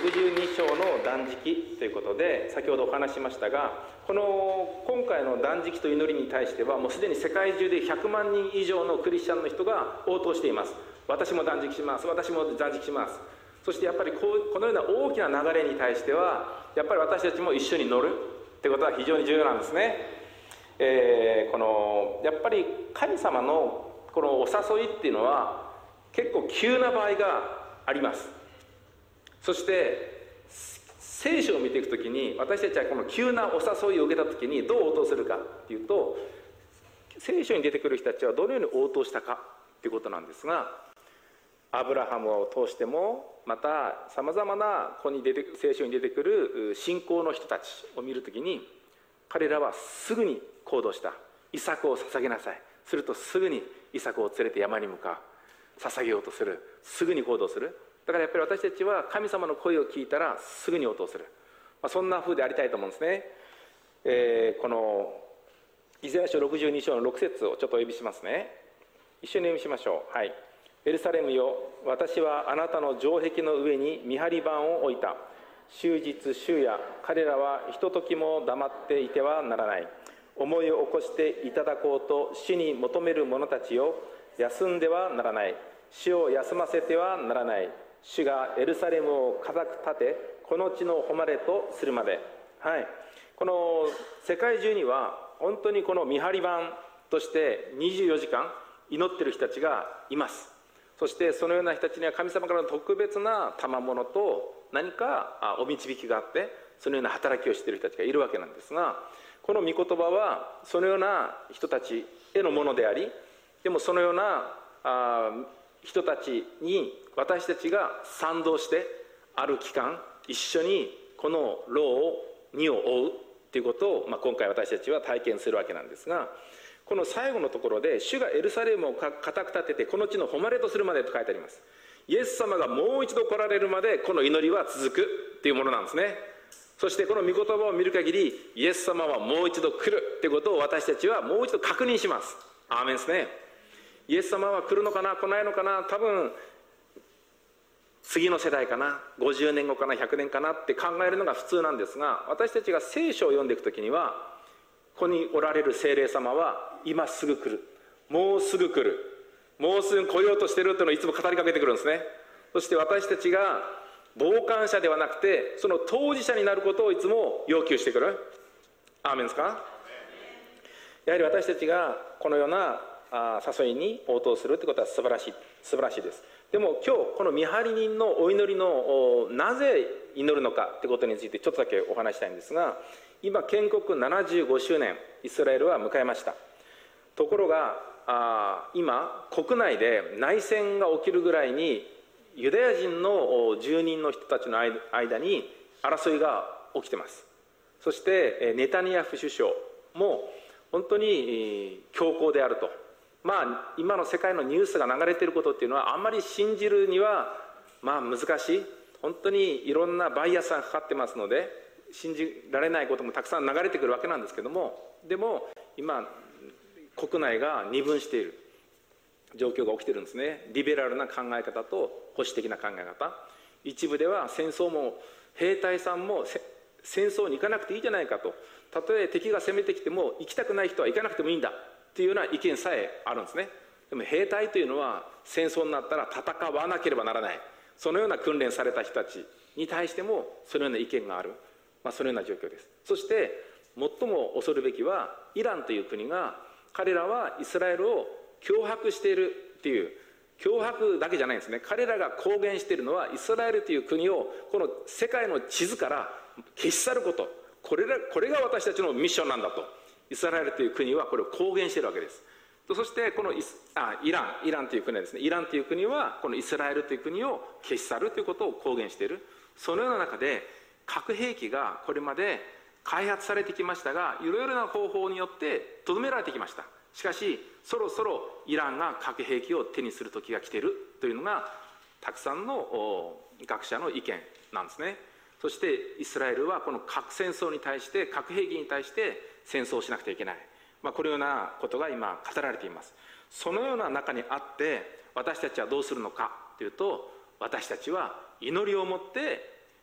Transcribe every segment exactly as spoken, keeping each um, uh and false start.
くじゅうに章の断食ということで先ほどお話ししましたが、この今回の断食と祈りに対してはもうすでに世界中でひゃくまんにん以上のクリスチャンの人が応答しています。私も断食します、私も断食します。そしてやっぱりこうこのような大きな流れに対してはやっぱり私たちも一緒に乗るってことは非常に重要なんですね。えー、このやっぱり神様のこのお誘いっていうのは結構急な場合があります。そして聖書を見ていくときに私たちはこの急なお誘いを受けたときにどう応答するかっていうと、聖書に出てくる人たちはどのように応答したかっていうことなんですが、アブラハムを通してもまたさまざまなここに出て聖書に出てくる信仰の人たちを見るときに、彼らはすぐに行動した。イサクを捧げなさい。するとすぐにイサクを連れて山に向かう。捧げようとする。すぐに行動する。だからやっぱり私たちは神様の声を聞いたらすぐに応答する、まあ、そんな風でありたいと思うんですね。えー、このイザヤ書ろくじゅうに章のろく節をちょっとお読みしますね。一緒に読みしましょう。はい。エルサレムよ、私はあなたの城壁の上に見張り板を置いた。終日終夜彼らはひとときも黙っていてはならない。思いを起こしていただこうと主に求める者たちよ、休んではならない。主を休ませてはならない。主がエルサレムを固く立て、この地の誉れとするまで。はい、この世界中には本当にこの見張り板としてにじゅうよじかん祈っている人たちがいます。そしてそのような人たちには神様からの特別な賜物と何かお導きがあって、そのような働きをしている人たちがいるわけなんですが、この御言葉はそのような人たちへのものであり、でもそのようなあ人たちに私たちが賛同してある期間一緒にこの労を荷を負うということを、まあ、今回私たちは体験するわけなんですが、この最後のところで主がエルサレムを固く立ててこの地の誉れとするまでと書いてあります。イエス様がもう一度来られるまでこの祈りは続くというものなんですね。そしてこの御言葉を見る限りイエス様はもう一度来るということを私たちはもう一度確認します。アーメンですね。イエス様は来るのかな来ないのかな、多分次の世代かな、ごじゅうねんごかな、ひゃくねんかなって考えるのが普通なんですが、私たちが聖書を読んでいくときにはここにおられる聖霊様は今すぐ来る、もうすぐ来る、もうすぐ来ようとしているというのをいつも語りかけてくるんですね。そして私たちが傍観者ではなくてその当事者になることをいつも要求してくる。アーメンですか。やはり私たちがこのような誘いに応答するということは素晴らしい素晴らしいです。でも今日この見張り人のお祈りのなぜ祈るのかということについてちょっとだけお話したいんですが、今建国ななじゅうごしゅうねんイスラエルは迎えました。ところがあ今国内で内戦が起きるぐらいにユダヤ人の住人の人たちの間に争いが起きてます。そしてネタニヤフ首相も本当に強硬であると。まあ今の世界のニュースが流れていることっていうのはあんまり信じるにはまあ難しい、本当にいろんなバイアスがかかってますので信じられないこともたくさん流れてくるわけなんですけども、でも今国内が二分している状況が起きてるんですね。リベラルな考え方と保守的な考え方。一部では戦争も兵隊さんも戦争に行かなくていいじゃないかと、たとえ敵が攻めてきても行きたくない人は行かなくてもいいんだっていうような意見さえあるんですね。でも兵隊というのは戦争になったら戦わなければならない、そのような訓練された人たちに対してもそのような意見がある、まあ、そのような状況です。そして最も恐るべきはイランという国が彼らはイスラエルを脅迫しているっていう、脅迫だけじゃないんですね。彼らが公言しているのはイスラエルという国をこの世界の地図から消し去ること、これらこれが私たちのミッションなんだとイスラエルという国はこれを公言しているわけです。そしてこのイスあイランイランという国はですね、イランという国はこのイスラエルという国を消し去るということを公言している。そのような中で核兵器がこれまで開発されてきましたが、いろいろな方法によってとどめられてきました。しかしそろそろイランが核兵器を手にする時が来ているというのがたくさんの学者の意見なんですね。そしてイスラエルはこの核戦争に対して核兵器に対して戦争をしなくてはいけない、まあ、このようなことが今語られています。そのような中にあって私たちはどうするのかというと、私たちは祈りをもって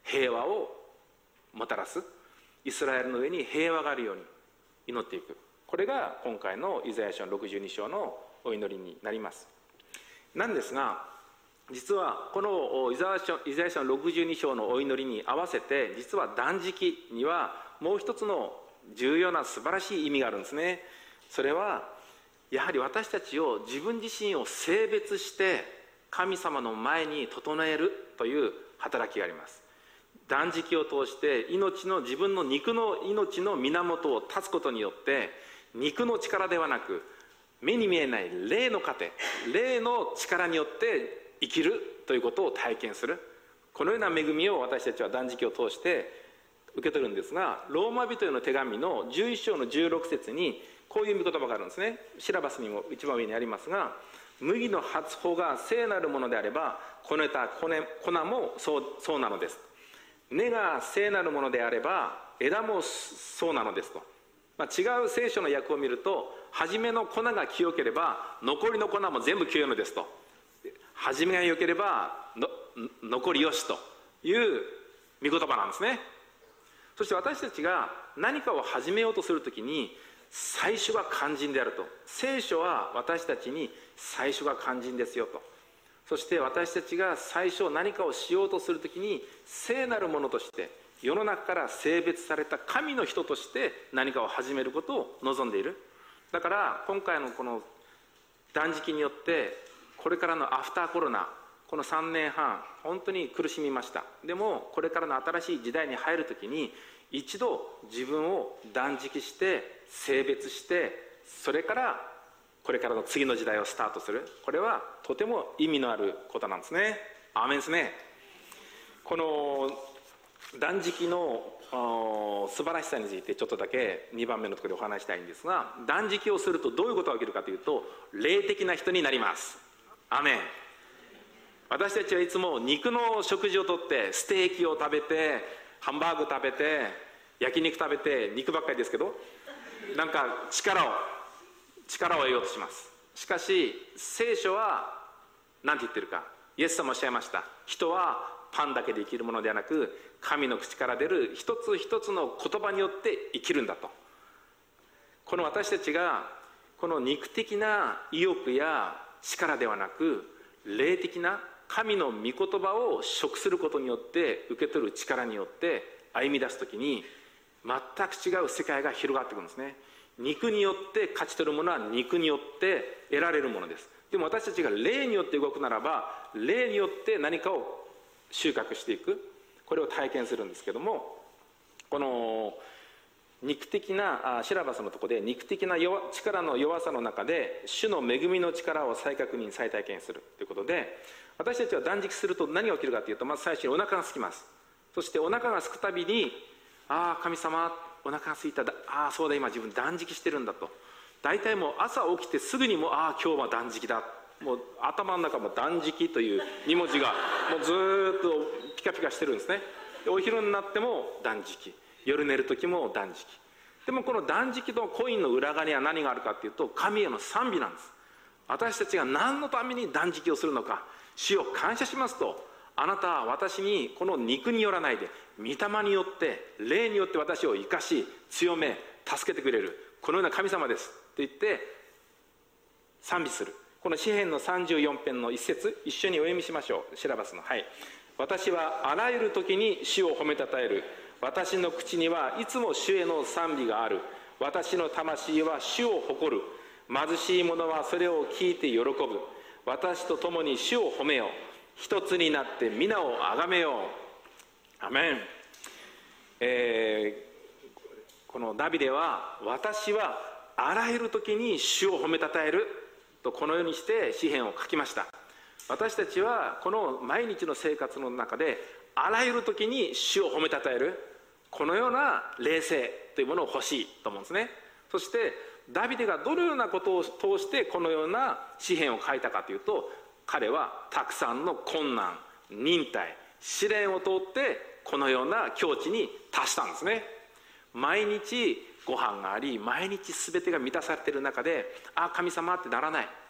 平和をもたらす、イスラエルの上に平和があるように祈っていく。これが今回のイザヤ書のろくじゅうに章のお祈りになります。なんですが、実はこのイザヤ書、イザヤ書のろくじゅうに章のお祈りに合わせて、実は断食にはもう一つの重要な素晴らしい意味があるんですね。それはやはり私たちを、自分自身を性別して神様の前に整えるという働きがあります。断食を通して命の、自分の肉の命の源を断つことによって、肉の力ではなく目に見えない霊の糧、霊の力によって生きるということを体験する、このような恵みを私たちは断食を通して受け取るんですが、ローマ人への手紙のじゅういち章のじゅうろく節にこういう御言葉があるんですね。シラバスにも一番上にありますが、麦の発穂が聖なるものであれば、こねた粉もそう、そうなのです。根が聖なるものであれば枝もそうなのですと。まあ、違う聖書の訳を見ると、初めの粉が清ければ残りの粉も全部清いのですと。初めが良ければの残りよしという御言葉なんですね。そして私たちが何かを始めようとするときに、最初が肝心であると。聖書は私たちに最初が肝心ですよと。そして私たちが最初何かをしようとするときに、聖なるものとして世の中から性別された神の人として何かを始めることを望んでいる。だから今回のこの断食によって、これからのアフターコロナ、このさんねんはん本当に苦しみました。でもこれからの新しい時代に入るときに、一度自分を断食して性別して、それからこれからの次の時代をスタートする。これはとても意味のあることなんですね。アーメンですね。この断食の素晴らしさについてちょっとだけにばんめのところでお話したいんですが、断食をするとどういうことが起きるかというと、霊的な人になります。アーメン。私たちはいつも肉の食事をとって、ステーキを食べて、ハンバーグ食べて、焼肉食べて、肉ばっかりですけど、なんか力を力を得ようとします。しかし聖書は何て言ってるか。イエス様おっしゃいました。人はパンだけで生きるものではなく、神の口から出る一つ一つの言葉によって生きるんだと。この私たちがこの肉的な意欲や力ではなく、霊的な神の御言葉を食することによって受け取る力によって歩み出すときに、全く違う世界が広がってくるんですね。肉によって勝ち取るものは肉によって得られるものです。でも私たちが霊によって動くならば、霊によって何かを収穫していく、これを体験するんですけども、この肉的なシラバスのところで、肉的な弱力の弱さの中で主の恵みの力を再確認再体験するということで、私たちは断食すると何が起きるかというと、まず最初にお腹が空きます。そしてお腹が空くたびに、ああ神様お腹が空いた、ああそうだ今自分断食してるんだと。大体もう朝起きてすぐにもう、ああ今日は断食だ、もう頭の中も断食というに文字がもうずっとピカピカしてるんですね。でお昼になっても断食、夜寝る時も断食。でもこの断食のコインの裏側には何があるかというと、神への賛美なんです。私たちが何のために断食をするのか、主を感謝しますと、あなたは私にこの肉によらないで御霊によって霊によって私を生かし強め助けてくれるこのような神様ですと言って賛美する。この詩編のさんじゅうよん編の一節、一緒にお読みしましょう。シラバスの、はい。私はあらゆる時に主を褒めたたえる。私の口にはいつも主への賛美がある。私の魂は主を誇る。貧しい者はそれを聞いて喜ぶ。私と共に主を褒めよう。一つになって皆をあがめよう。アメン。えー、このダビデは、私はあらゆる時に主を褒めたたえるとこのようにして詩篇を書きました。私たちはこの毎日の生活の中であらゆる時に主を褒めたたえる、このような霊性というものを欲しいと思うんですね。そしてダビデがどのようなことを通してこのような詩篇を書いたかというと、彼はたくさんの困難、忍耐、試練を通ってこのような境地に達したんですね。毎日ご飯があり、毎日全てが満たされている中で、ああ神様ってならない。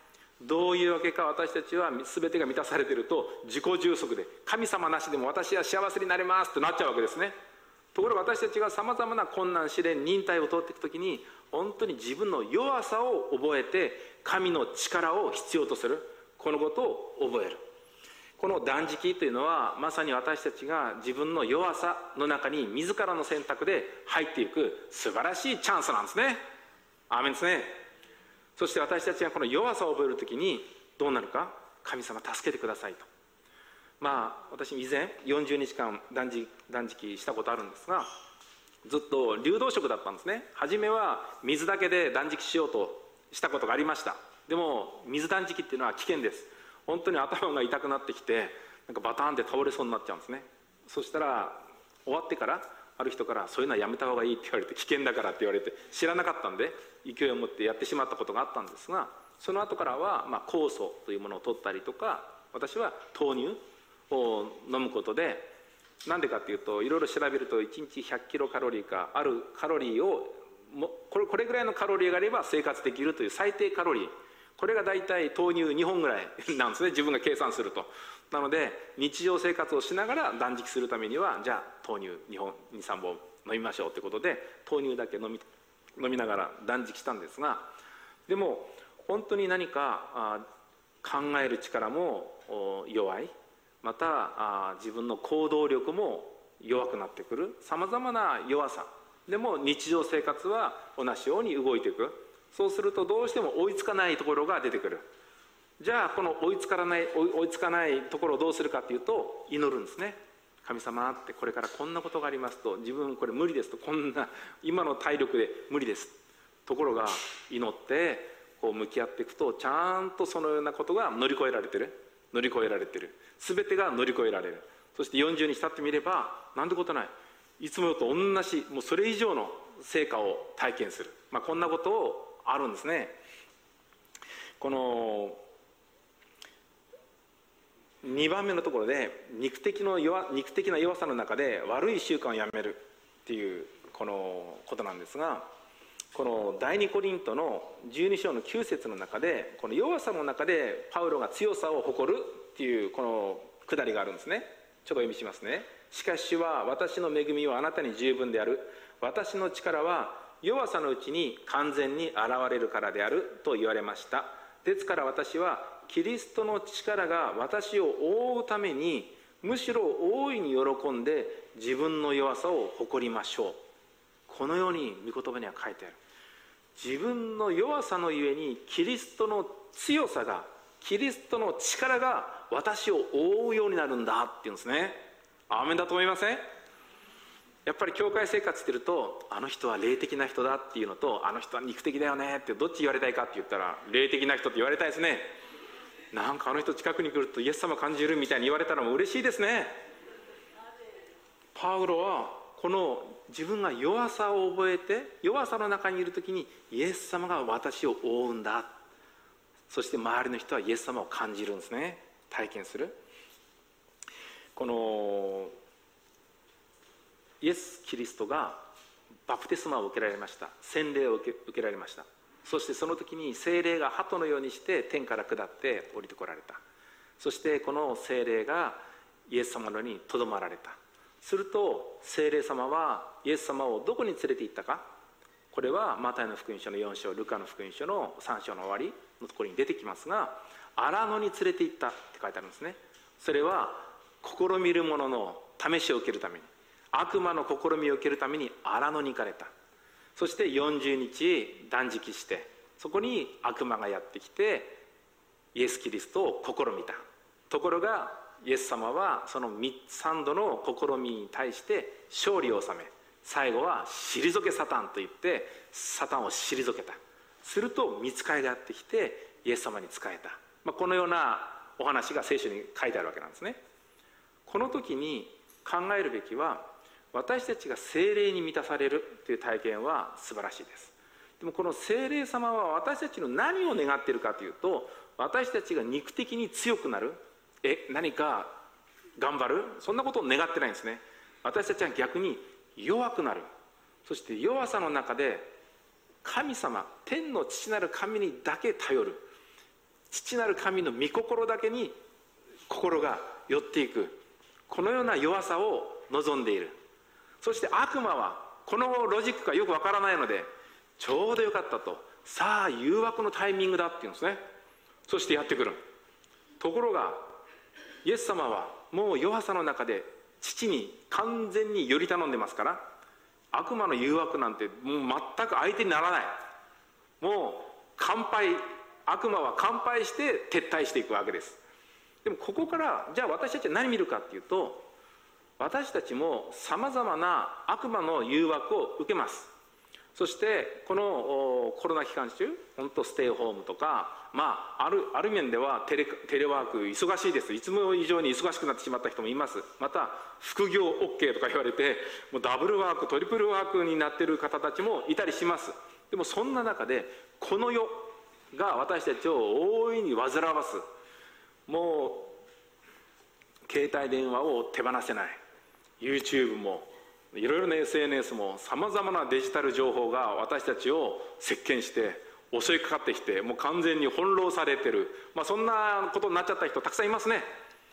どういうわけか私たちは全てが満たされていると自己充足で、神様なしでも私は幸せになれますとなっちゃうわけですね。ところが私たちがさまざまな困難試練忍耐を通っていくときに、本当に自分の弱さを覚えて神の力を必要とする、このことを覚える。この断食というのはまさに私たちが自分の弱さの中に自らの選択で入っていく素晴らしいチャンスなんですね。アーメンですね。そして私たちがこの弱さを覚えるときにどうなるか、神様助けてくださいと。まあ私以前よんじゅうにちかん断食、断食したことあるんですが、ずっと流動食だったんですね。初めは水だけで断食しようとしたことがありました。でも水断食っていうのは危険です。本当に頭が痛くなってきて、なんかバターンって倒れそうになっちゃうんですね。そしたら終わってからある人から、そういうのはやめた方がいいって言われて、危険だからって言われて、知らなかったんで勢いを持ってやってしまったことがあったんですが、その後からはまあ酵素というものを取ったりとか、私は豆乳を飲むことで、なんでかっていうと、いろいろ調べるといちにちひゃくキロカロリーか、あるカロリーをもこれこれぐらいのカロリーがあれば生活できるという最低カロリー、これが大体豆乳にほんぐらいなんですね、自分が計算すると。なので日常生活をしながら断食するためには、じゃあ豆乳にほんにさんぼん飲みましょうということで、豆乳だけ飲み飲みながら断食したんですが、でも本当に何かあ考える力も弱い、またあ自分の行動力も弱くなってくる、さまざまな弱さでも日常生活は同じように動いていく。そうするとどうしても追いつかないところが出てくる。じゃあこの追いつかない追いつかないところをどうするかというと、祈るんですね。神様って、これからこんなことがありますと、自分これ無理ですと、こんな今の体力で無理です、ところが祈ってこう向き合っていくと、ちゃんとそのようなことが乗り越えられてる乗り越えられてる全てが乗り越えられる。そしてよんじゅうにち経ってみれば、なんてことない、いつもと同じ、もうそれ以上の成果を体験する、まあ、こんなことをあるんですね。このにばんめのところで、肉的の弱肉的な弱さの中で悪い習慣をやめるっていうこのことなんですが、この第二コリントのじゅうにしょうのきゅうせつの中で、この弱さの中でパウロが強さを誇るっていうこのくだりがあるんですね。ちょっとお読みしますね。しかし主は私の恵みはあなたに十分である、私の力は弱さのうちに完全に現れるからであると言われました。ですから私はキリストの力が私を覆うために、むしろ大いに喜んで自分の弱さを誇りましょう。このように御言葉には書いてある。自分の弱さのゆえにキリストの強さが、キリストの力が私を覆うようになるんだっていうんですね。アーメンだと思いません？やっぱり教会生活してると、あの人は霊的な人だっていうのと、あの人は肉的だよねって、どっち言われたいかって言ったら、霊的な人って言われたいですね。なんかあの人近くに来るとイエス様感じるみたいに言われたらもう嬉しいですね。パウロはこの自分が弱さを覚えて、弱さの中にいるときにイエス様が私を覆うんだ、そして周りの人はイエス様を感じるんですね、体験する。このイエス・キリストがバプテスマを受けられました。洗礼を受け、受けられました。そしてその時に聖霊が鳩のようにして天から下って降りてこられた。そしてこの聖霊がイエス様のにとどまられた。すると聖霊様はイエス様をどこに連れて行ったか。これはマタイの福音書のよんしょう、ルカの福音書のさんしょうの終わりのところに出てきますが、荒野に連れて行ったって書いてあるんですね。それは試みる者の試しを受けるために、悪魔の試みを受けるために荒野に行かれた。そしてよんじゅうにち断食して、そこに悪魔がやってきてイエス・キリストを試みた。ところがイエス様はそのさんどの試みに対して勝利を収め、最後は退けサタンと言ってサタンを退けた。すると御使いがやってきてイエス様に仕えた、まあ、このようなお話が聖書に書いてあるわけなんですね。この時に考えるべきは、私たちが聖霊に満たされるという体験は素晴らしいです。でもこの聖霊様は私たちの何を願っているかというと、私たちが肉的に強くなる、え何か頑張る、そんなことを願ってないんですね。私たちは逆に弱くなる。そして弱さの中で神様、天の父なる神にだけ頼る。 父なる神の御心だけに心が寄っていく、このような弱さを望んでいる。そして悪魔はこのロジックがよくわからないので、ちょうどよかったと、さあ誘惑のタイミングだっていうんですね。そしてやってくる。ところがイエス様はもう弱さの中で父に完全に寄り頼んでますから、悪魔の誘惑なんてもう全く相手にならない。もう完敗、悪魔は完敗して撤退していくわけです。でもここからじゃあ私たちは何見るかっていうと、私たちもさまざまな悪魔の誘惑を受けます。そしてこのコロナ期間中、本当ステイホームとか、まあ、ある、ある面ではテレ、テレワーク忙しいです。いつも以上に忙しくなってしまった人もいます。また副業 OK とか言われてもうダブルワークトリプルワークになっている方たちもいたりします。でもそんな中でこの世が私たちを大いに煩わす、もう携帯電話を手放せない、 YouTube もいろいろな エスエヌエス もさまざまなデジタル情報が私たちを席巻して襲いかかってきて、もう完全に翻弄されてる、まあ、そんなことになっちゃった人たくさんいますね。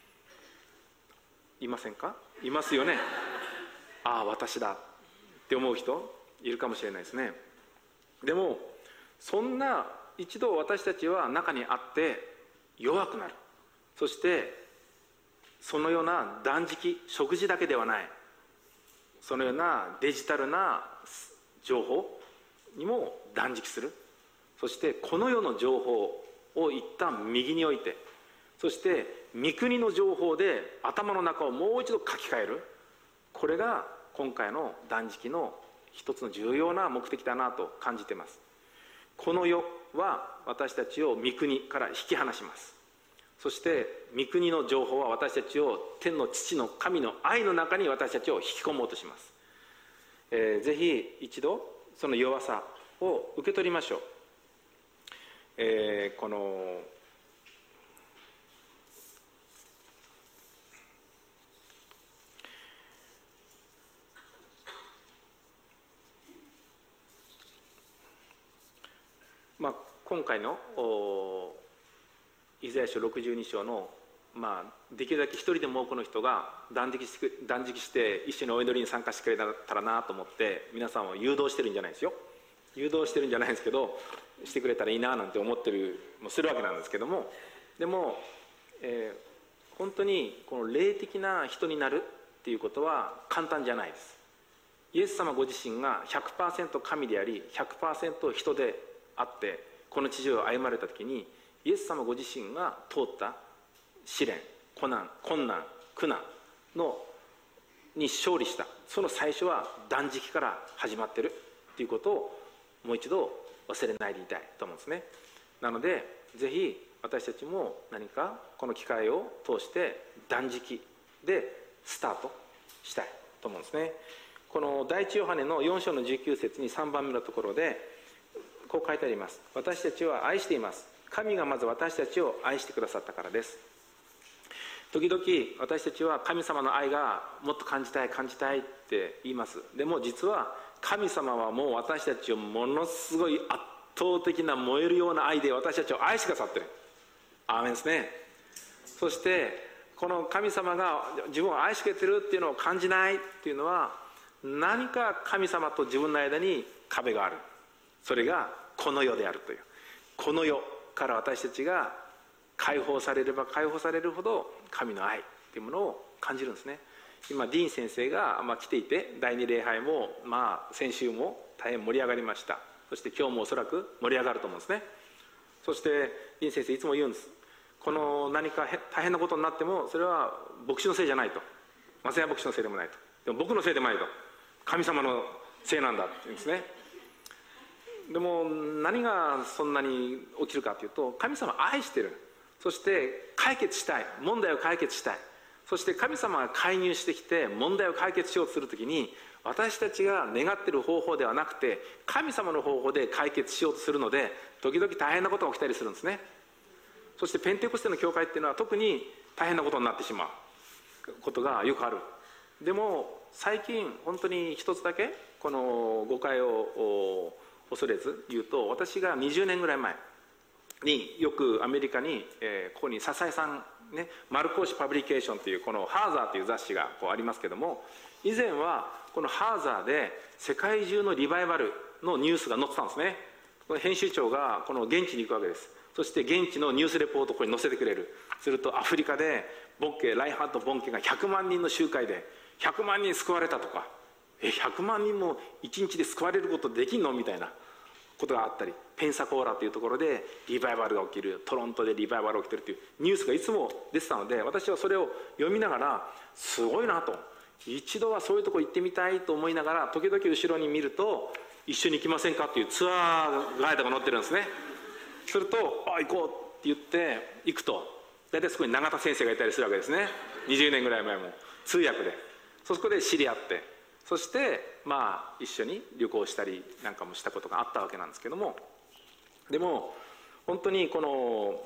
いませんか？いますよね。ああ私だって思う人いるかもしれないですね。でもそんな一度私たちは中にあって弱くなる。そしてそのような断食、食事だけではない、そのようなデジタルな情報にも断食する。そしてこの世の情報を一旦右に置いて、そして御国の情報で頭の中をもう一度書き換える。これが今回の断食の一つの重要な目的だなと感じています。この世は私たちを御国から引き離します。そして御国の情報は私たちを天の父の神の愛の中に私たちを引き込もうとします。えー、ぜひ一度その弱さを受け取りましょう。えー、このまあ今回のイザヤ書ろくじゅうに章の、まあ、できるだけ一人でも多くの人が断食して断食して一緒にお祈りに参加してくれたらなと思って皆さんを誘導してるんじゃないですよ。誘導してるんじゃないんですけど、してくれたらいいななんて思ってるもするわけなんですけども、でも、えー、本当にこの霊的な人になるっていうことは簡単じゃないです。イエス様ご自身が ひゃくパーセント 神であり ひゃくパーセント 人であってこの地上を歩まれた時に、イエス様ご自身が通った試練、困難、困難、苦難のに勝利した、その最初は断食から始まってるっていうことをもう一度忘れないでいたいと思うんですね。なのでぜひ私たちも何かこの機会を通して断食でスタートしたいと思うんですね。この第一ヨハネのよん章のじゅうきゅう節にさんばんめのところでこう書いてあります。私たちは愛しています。神がまず私たちを愛してくださったからです。時々私たちは神様の愛がもっと感じたい感じたいって言います。でも実は神様はもう私たちをものすごい圧倒的な燃えるような愛で私たちを愛してくださってる。アーメンですね。そしてこの神様が自分を愛してくれてるっていうのを感じないっていうのは、何か神様と自分の間に壁がある。それがこの世であるという、この世から私たちが解放されれば解放されるほど神の愛というものを感じるんですね。今ディーン先生が、まあ、来ていて、第二礼拝も、まあ、先週も大変盛り上がりました。そして今日もおそらく盛り上がると思うんですね。そしてディーン先生いつも言うんです。この何か大変なことになってもそれは牧師のせいじゃないと、松山牧師のせいでもないと、でも僕のせいでもないと、神様のせいなんだって言うんですね。でも何がそんなに起きるかというと、神様愛してる。そして解決したい、問題を解決したい。そして神様が介入してきて問題を解決しようとするときに、私たちが願っている方法ではなくて神様の方法で解決しようとするので、時々大変なことが起きたりするんですね。そしてペンテコステの教会っていうのは特に大変なことになってしまうことがよくある。でも最近本当に一つだけこの誤解を恐れず言うと、私がにじゅうねんぐらい前によくアメリカに、えー、ここに笹井さんね、丸格子パブリケーションというこのハーザーという雑誌がこうありますけども、以前はこのハーザーで世界中のリバイバルのニュースが載ってたんですね。この編集長がこの現地に行くわけです。そして現地のニュースレポートをここに載せてくれる。するとアフリカでボンケラインハット・ボンケがひゃくまんにんの集会でひゃくまんにん救われたとか、えひゃくまんにんもいちにちで救われることできんのみたいなことがあったり、ペンサコーラというところでリバイバルが起きる、トロントでリバイバルが起きてるというニュースがいつも出てたので、私はそれを読みながらすごいなと、一度はそういうとこ行ってみたいと思いながら、時々後ろに見ると一緒に行きませんかっていうツアーガイドが載ってるんですね。するとあ行こうって言って行くと、大体そこに永田先生がいたりするわけですね。にじゅうねんぐらい前も通訳で、そこで知り合って、そしてまあ一緒に旅行したりなんかもしたことがあったわけなんですけども、でも本当にこの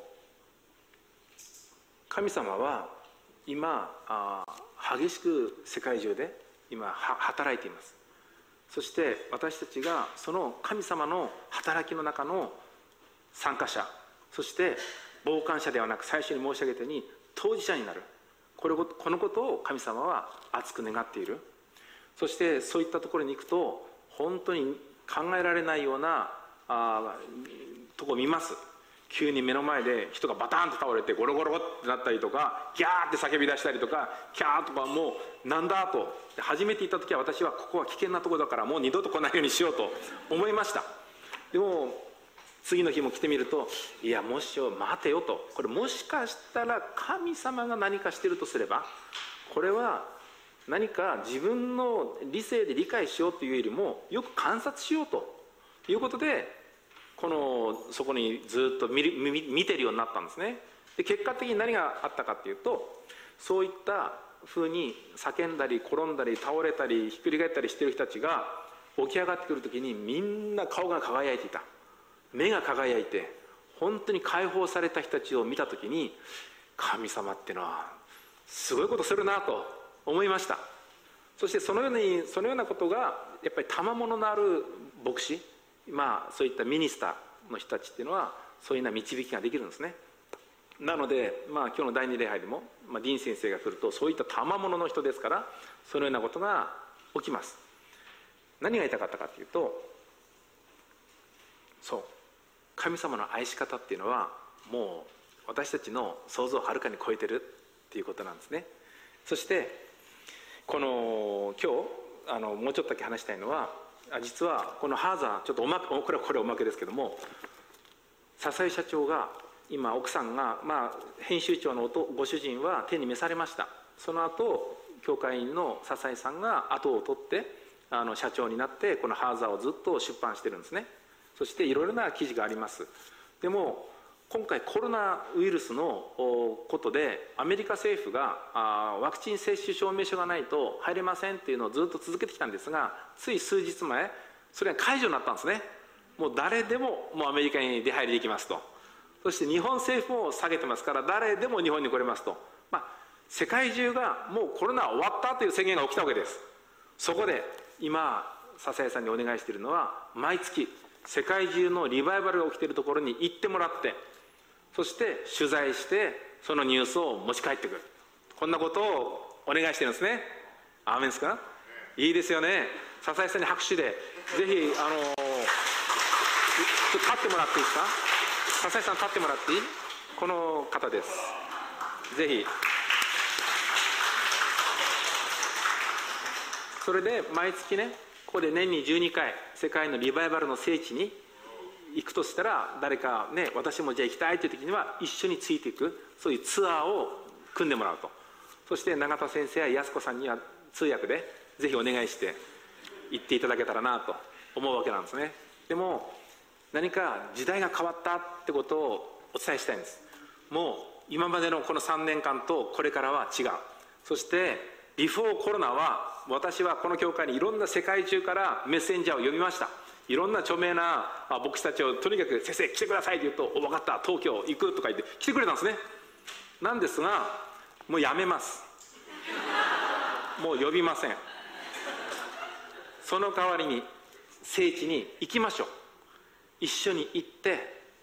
神様は今あ激しく世界中で今働いています。そして私たちがその神様の働きの中の参加者、そして傍観者ではなく、最初に申し上げたように当事者になる、これこのことを神様は熱く願っている。そしてそういったところに行くと本当に考えられないようなあとこを見ます。急に目の前で人がバタンと倒れてゴロゴロってなったりとか、ギャーって叫び出したりとか、キャーとか、もうなんだと、初めて行った時は私はここは危険なところだからもう二度と来ないようにしようと思いました。でも次の日も来てみると、いやもしよ待てよと、これもしかしたら神様が何かしてるとすれば、これは何か自分の理性で理解しようというよりもよく観察しようということで、このそこにずっと 見, 見, 見てるようになったんですね。で結果的に何があったかというと、そういったふうに叫んだり転んだり倒れたりひっくり返ったりしている人たちが起き上がってくるときに、みんな顔が輝いていた、目が輝いて、本当に解放された人たちを見たときに、神様っていうのはすごいことするなと思いました。そしてそのようにそのようなことがやっぱり賜物のある牧師、まあそういったミニスターの人たちっていうのはそういうような導きができるんですね。なので、まあ、今日の第二礼拝でも、まあ、ディーン先生が来るとそういった賜物の人ですから、そのようなことが起きます。何が言いたかったかというと、そう神様の愛し方っていうのはもう私たちの想像をはるかに超えてるっていうことなんですね。そしてこの今日あのもうちょっとだけ話したいのは、実はこのハーザー、ちょっとおまこれはこれおまけですけども、笹井社長が今奥さんが、まあ、編集長のご主人は天に召されました。その後教会員の笹井さんが後を取ってあの社長になって、このハーザーをずっと出版してるんですね。そしていろいろな記事があります。でも今回コロナウイルスのことでアメリカ政府がワクチン接種証明書がないと入れませんっていうのをずっと続けてきたんですが、つい数日前それが解除になったんですね。もう誰でももうアメリカに出入りできますと。そして日本政府も下げてますから、誰でも日本に来れますと、まあ、世界中がもうコロナは終わったという宣言が起きたわけです。そこで今笹谷さんにお願いしているのは、毎月世界中のリバイバルが起きているところに行ってもらって、そして取材してそのニュースを持ち帰ってくる、こんなことをお願いしてるんですね。アーメンですか。いいですよね。笹谷さんに拍手でぜひあの立ってもらっていいですか。笹谷さん立ってもらっていい。この方です。ぜひ。それで毎月ね、ここで年にじゅうにかい世界のリバイバルの聖地に行くとしたら、誰かね、私もじゃあ行きたいという時には一緒についていく、そういうツアーを組んでもらうと。そして永田先生や安子さんには通訳でぜひお願いして行っていただけたらなと思うわけなんですね。でも何か時代が変わったってことをお伝えしたいんです。もう今までのこのさんねんかんとこれからは違う。そしてビフォーコロナは、私はこの教会にいろんな世界中からメッセンジャーを呼びました。いろんな著名な牧師たちをとにかく先生来てくださいと言うと、お分かった東京行くとか言って来てくれたんですね。なんですがもうやめます。もう呼びません。その代わりに聖地に行きましょう。一緒に行って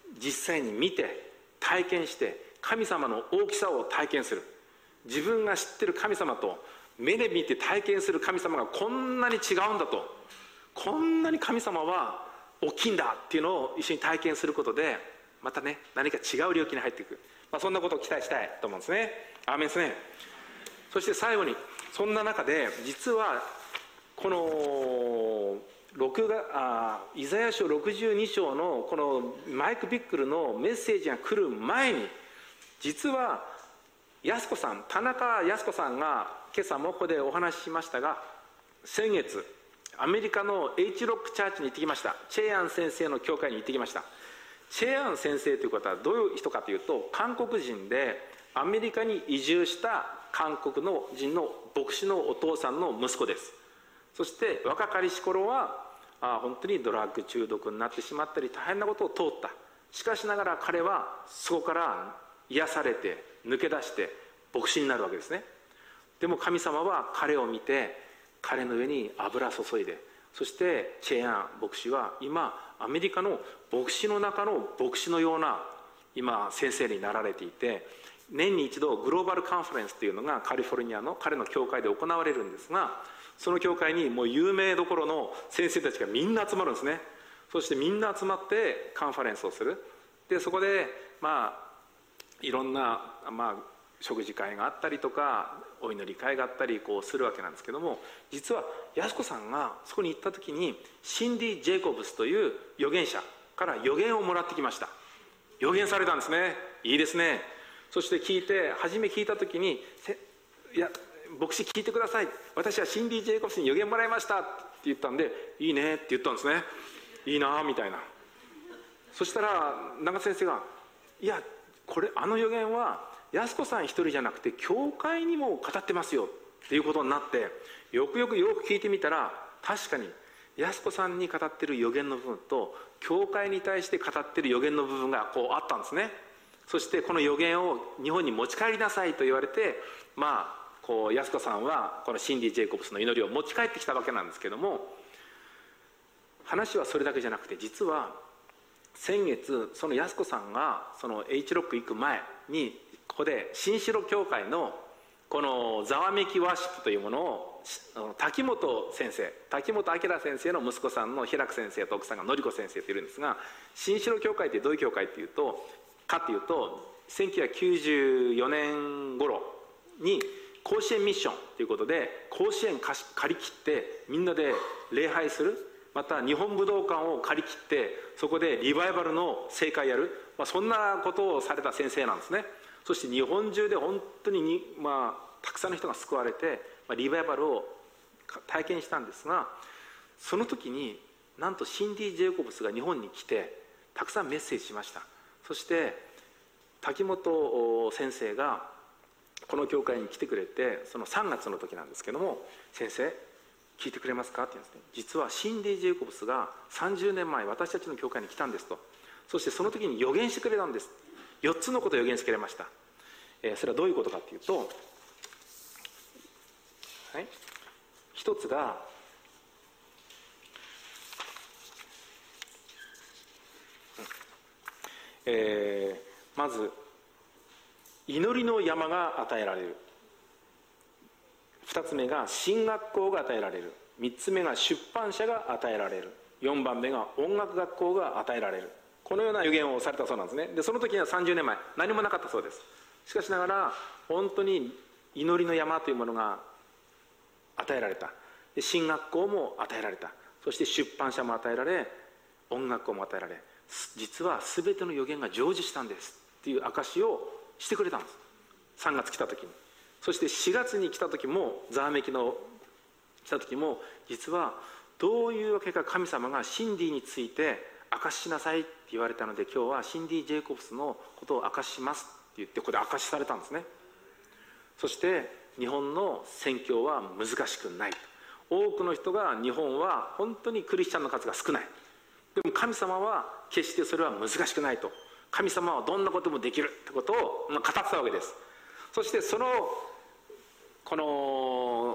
実際に見て体験して神様の大きさを体験する。自分が知ってる神様と目で見て体験する神様がこんなに違うんだと、こんなに神様は大きいんだっていうのを一緒に体験することで、またね何か違う領域に入っていく、まあ、そんなことを期待したいと思うんですね。アーメンですね。そして最後に、そんな中で実はこの録画あイザヤ書ろくじゅうに章のこのマイク・ビックルのメッセージが来る前に、実は安子さん、田中康子さんが今朝もここでお話ししましたが、先月アメリカの H ロックチャーチに行ってきました。チェアン先生の教会に行ってきました。チェアン先生という方はどういう人かというと、韓国人でアメリカに移住した韓国の人の牧師のお父さんの息子です。そして若かりし頃はあ本当にドラッグ中毒になってしまったり大変なことを通った。しかしながら彼はそこから癒されて抜け出して牧師になるわけですね。でも神様は彼を見て彼の上に油注いで、そしてチェアン牧師は今アメリカの牧師の中の牧師のような今先生になられていて、年に一度グローバルカンファレンスというのがカリフォルニアの彼の教会で行われるんですが、その教会にもう有名どころの先生たちがみんな集まるんですね。そしてみんな集まってカンファレンスをする。でそこでまあいろんな、まあ、食事会があったりとかお祈り会があったりこうするわけなんですけども、実は安子さんがそこに行った時にシンディ・ジェイコブスという預言者から予言をもらってきました。予言されたんですね。いいですね。そして聞いて、初め聞いた時に「いや牧師聞いてください、私はシンディ・ジェイコブスに予言もらいました」って言ったんで「いいね」って言ったんですね。いいなみたいな。そしたら長先生が「いやこれあの予言は安子さん一人じゃなくて教会にも語ってますよ」っていうことになって、よくよくよく聞いてみたら、確かに安子さんに語ってる予言の部分と教会に対して語ってる予言の部分がこうあったんですね。そしてこの予言を日本に持ち帰りなさいと言われて、まあこう安子さんはこのシンディ・ジェイコブスの祈りを持ち帰ってきたわけなんですけども、話はそれだけじゃなくて、実は先月その安子さんがその H ロック行く前にここで新城教会のこのざわめきワーシップというものを滝本先生滝本明先生の息子さんの平久先生と奥さんが典子先生といるんですが、新城教会ってどういう教会っていうとかっていうと、せんきゅうひゃくきゅうじゅうよねん頃に甲子園ミッションということで甲子園借り切ってみんなで礼拝する、また日本武道館を借り切ってそこでリバイバルの盛会やる、まあ、そんなことをされた先生なんですね。そして日本中で本当にに、まあ、たくさんの人が救われて、まあ、リバイバルを体験したんですが、その時になんとシンディ・ジェイコブスが日本に来てたくさんメッセージしました。そして滝本先生がこの教会に来てくれて、そのさんがつの時なんですけども「先生聞いてくれますか?」って言うんですね。実はシンディ・ジェイコブスがさんじゅうねんまえ私たちの教会に来たんですと。そしてその時に予言してくれたんです。よっつのことを予言してくれました。えー、それはどういうことかっていうと、はい、一つがえー、まず祈りの山が与えられる、二つ目が神学校が与えられる、三つ目が出版社が与えられる、四番目が音楽学校が与えられる、このような予言をされたそうなんですね。でその時にはさんじゅうねんまえ何もなかったそうです。しかしながら本当に祈りの山というものが与えられた。で神学校も与えられた。そして出版社も与えられ、音楽校も与えられ、実は全ての予言が成就したんですっていう証をしてくれたんです。さんがつ来た時に。そしてしがつに来た時も、ざわめきの来た時も、実はどういうわけか神様がシンディについて証ししなさいって言われたので、今日はシンディ・ジェイコブスのことを証ししますって言ってここで証しされたんですね。そして日本の宣教は難しくない。多くの人が日本は本当にクリスチャンの数が少ない。でも神様は決してそれは難しくないと。神様はどんなこともできるってことを語ってたわけです。そしてそのこの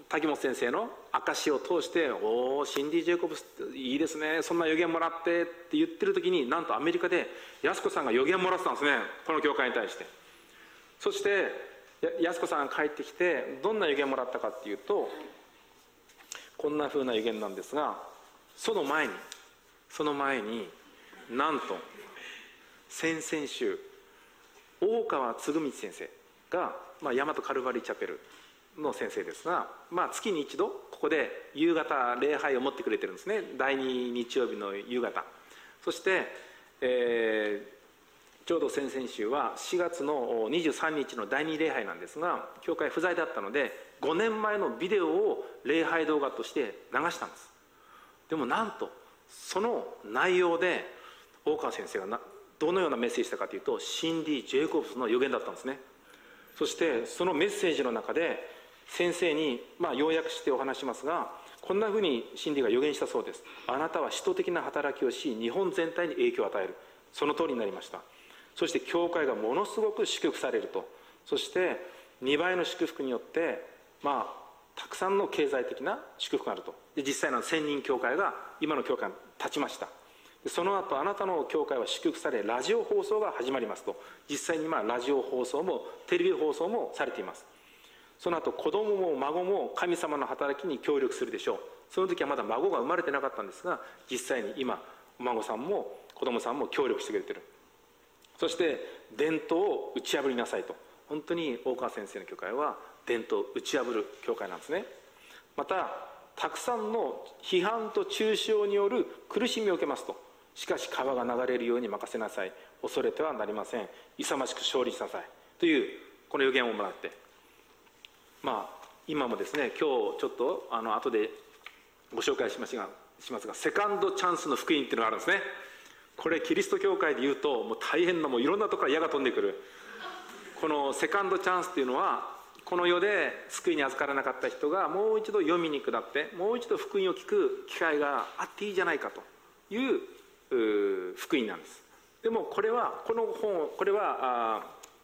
滝本先生の証を通して「おおシンディ・ジェイコブスっていいですね、そんな予言もらって」って言ってる時に、なんとアメリカで安子さんが予言もらってたんですね、この教会に対して。そして安子さんが帰ってきてどんな予言もらったかっていうと、こんなふうな予言なんですが、その前にその前になんと先々週大川嗣道先生が、まあ、大和カルバリーチャペルの先生ですが、まあ、月に一度ここで夕方礼拝を持ってくれてるんですね、だいに日曜日の夕方。そして、えー、ちょうど先々週はしがつのにじゅうさんにちのだいに礼拝なんですが、教会不在だったのでごねんまえのビデオを礼拝動画として流したんです。でもなんとその内容で大川先生がなどのようなメッセージしたかというと、シンディ・ジェイコブスの予言だったんですね。そしてそのメッセージの中で先生に、まあ、要約してお話しますが、こんなふうにシンディが予言したそうです。あなたは使徒的な働きをし、日本全体に影響を与える。その通りになりました。そして教会がものすごく祝福されると。そしてにばいの祝福によって、まあ、たくさんの経済的な祝福があると。で実際のせんにん教会が今の教会に立ちました。でその後あなたの教会は祝福され、ラジオ放送が始まりますと。実際にまあラジオ放送もテレビ放送もされています。その後子供も孫も神様の働きに協力するでしょう。その時はまだ孫が生まれてなかったんですが、実際に今お孫さんも子供さんも協力してくれてる。そして伝統を打ち破りなさいと。本当に大川先生の教会は伝統を打ち破る教会なんですね。またたくさんの批判と中傷による苦しみを受けますと。しかし川が流れるように任せなさい、恐れてはなりません、勇ましく勝利しなさいというこの予言をもらって、まあ今もですね、今日ちょっとあの後でご紹介しますがしますがセカンドチャンスの福音っていうのがあるんですね。これキリスト教会でいうともう大変な、もういろんなところから矢が飛んでくる。このセカンドチャンスっていうのは、この世で救いに預からなかった人がもう一度読みに下ってもう一度福音を聞く機会があっていいじゃないかという福音なんです。でもこれはこの本これはあ、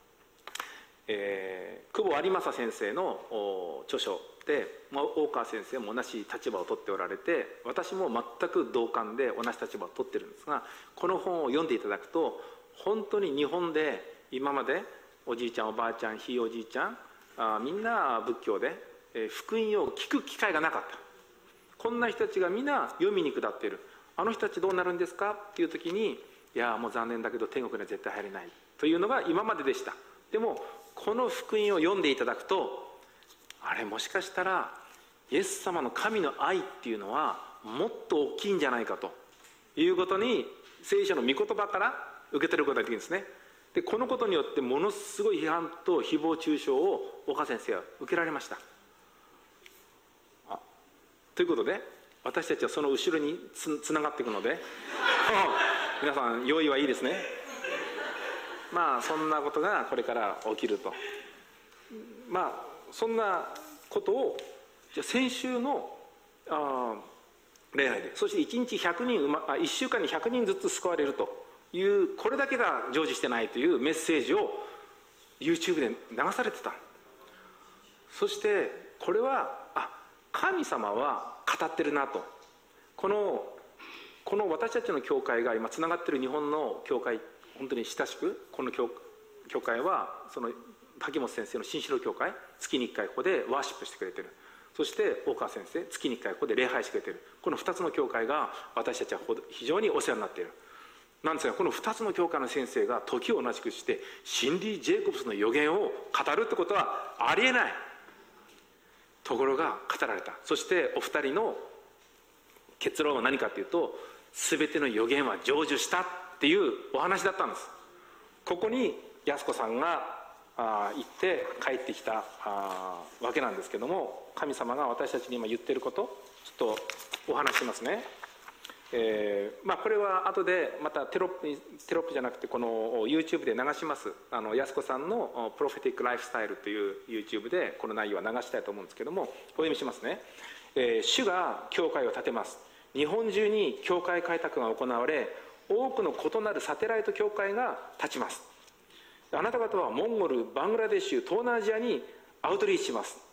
えー、久保有正先生の著書で、まあ、大川先生も同じ立場を取っておられて、私も全く同感で同じ立場を取ってるんですが、この本を読んでいただくと本当に日本で今までおじいちゃんおばあちゃんひいおじいちゃんあみんな仏教で、えー、福音を聞く機会がなかった。こんな人たちがみんな読みに下っている。あの人たちどうなるんですかっていう時に、いやもう残念だけど天国には絶対入れないというのが今まででした。でもこの福音を読んでいただくと、あれもしかしたらイエス様の神の愛っていうのはもっと大きいんじゃないかということに聖書の御言葉から受け取ることができるんですね。でこのことによってものすごい批判と誹謗中傷を岡先生は受けられました。あということで私たちはその後ろに つ, つながっていくので皆さん用意はいいですね。まあそんなことがこれから起きると。まあそんなことをじゃ先週のあ礼拝で、そしていちにちひゃくにん、あいっしゅうかんにひゃくにんずつ救われるという、これだけが成就してないというメッセージを YouTube で流されてた。そしてこれはあ神様は語ってるなと。このこの私たちの教会が今つながっている日本の教会、本当に親しくこの 教, 教会はその滝本先生の新城教会、月にいっかいここでワーシップしてくれてる。そして大川先生月にいっかいここで礼拝してくれてる。このふたつの教会が私たちは非常にお世話になっている。なんですが、このふたつの教会の先生が時を同じくしてシンディ・ジェイコブスの予言を語るってことはありえない。ところが語られた。そしてお二人の結論は何かというと、全ての予言は成就したっていうお話だったんです。ここに安子さんがあ行って帰ってきたあわけなんですけども、神様が私たちに今言っていること、ちょっとお話しますね。えーまあ、これは後でまたテロップテロップじゃなくてこの YouTube で流します。あの安子さんのプロフェティックライフスタイルという YouTube でこの内容は流したいと思うんですけども、お読みしますね。えー、主が教会を建てます。日本中に教会開拓が行われ、多くの異なるサテライト教会が立ちます。あなた方はモンゴル、バングラデシュ、東南アジアにアウトリーチします。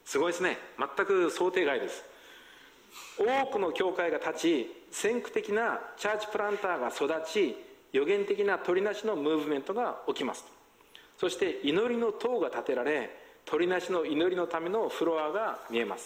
すごいですね。全く想定外です。多くの教会が立ち、先駆的なチャーチプランターが育ち、予言的な鳥なしのムーブメントが起きます。そして祈りの塔が建てられ、鳥なしの祈りのためのフロアが見えます。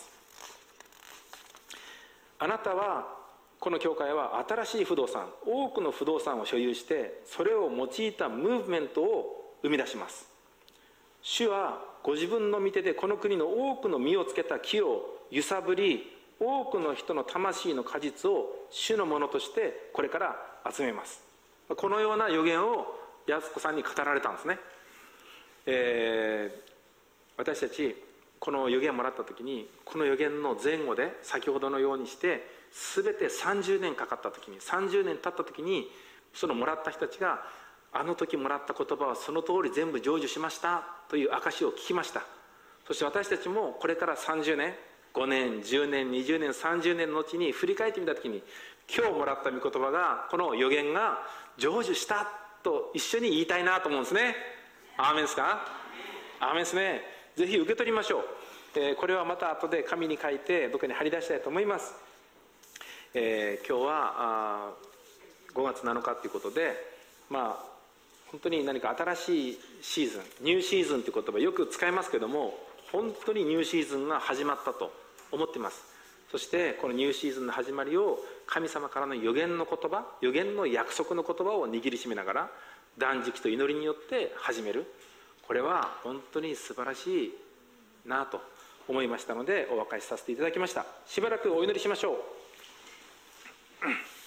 あなたは、この教会は新しい不動産、多くの不動産を所有して、それを用いたムーブメントを生み出します。主はご自分の御手でこの国の多くの実をつけた木を揺さぶり、多くの人の魂の果実を主のものとしてこれから集めます。このような予言を安子さんに語られたんですね。えー、私たちこの予言をもらった時に、この予言の前後で先ほどのようにして全てさんじゅうねんかかった時に、さんじゅうねん経った時に、そのもらった人たちが、あの時もらった言葉はその通り全部成就しましたという証を聞きました。そして私たちもこれからさんじゅうねん、ごねん、じゅうねん、にじゅうねん、さんじゅうねんの後に振り返ってみた時に、今日もらった御言葉が、この予言が成就したと一緒に言いたいなと思うんですね。アーメンですか？アーメンですね。ぜひ受け取りましょう。えー、これはまた後で紙に書いてどこかに貼り出したいと思います。えー、今日はあごがつなのかということで、まあ本当に何か新しいシーズン、ニューシーズンという言葉よく使いますけども、本当にニューシーズンが始まったと思っています。そしてこのニューシーズンの始まりを神様からの予言の言葉、予言の約束の言葉を握りしめながら断食と祈りによって始める。これは本当に素晴らしいなと思いましたのでお別れさせていただきました。しばらくお祈りしましょう。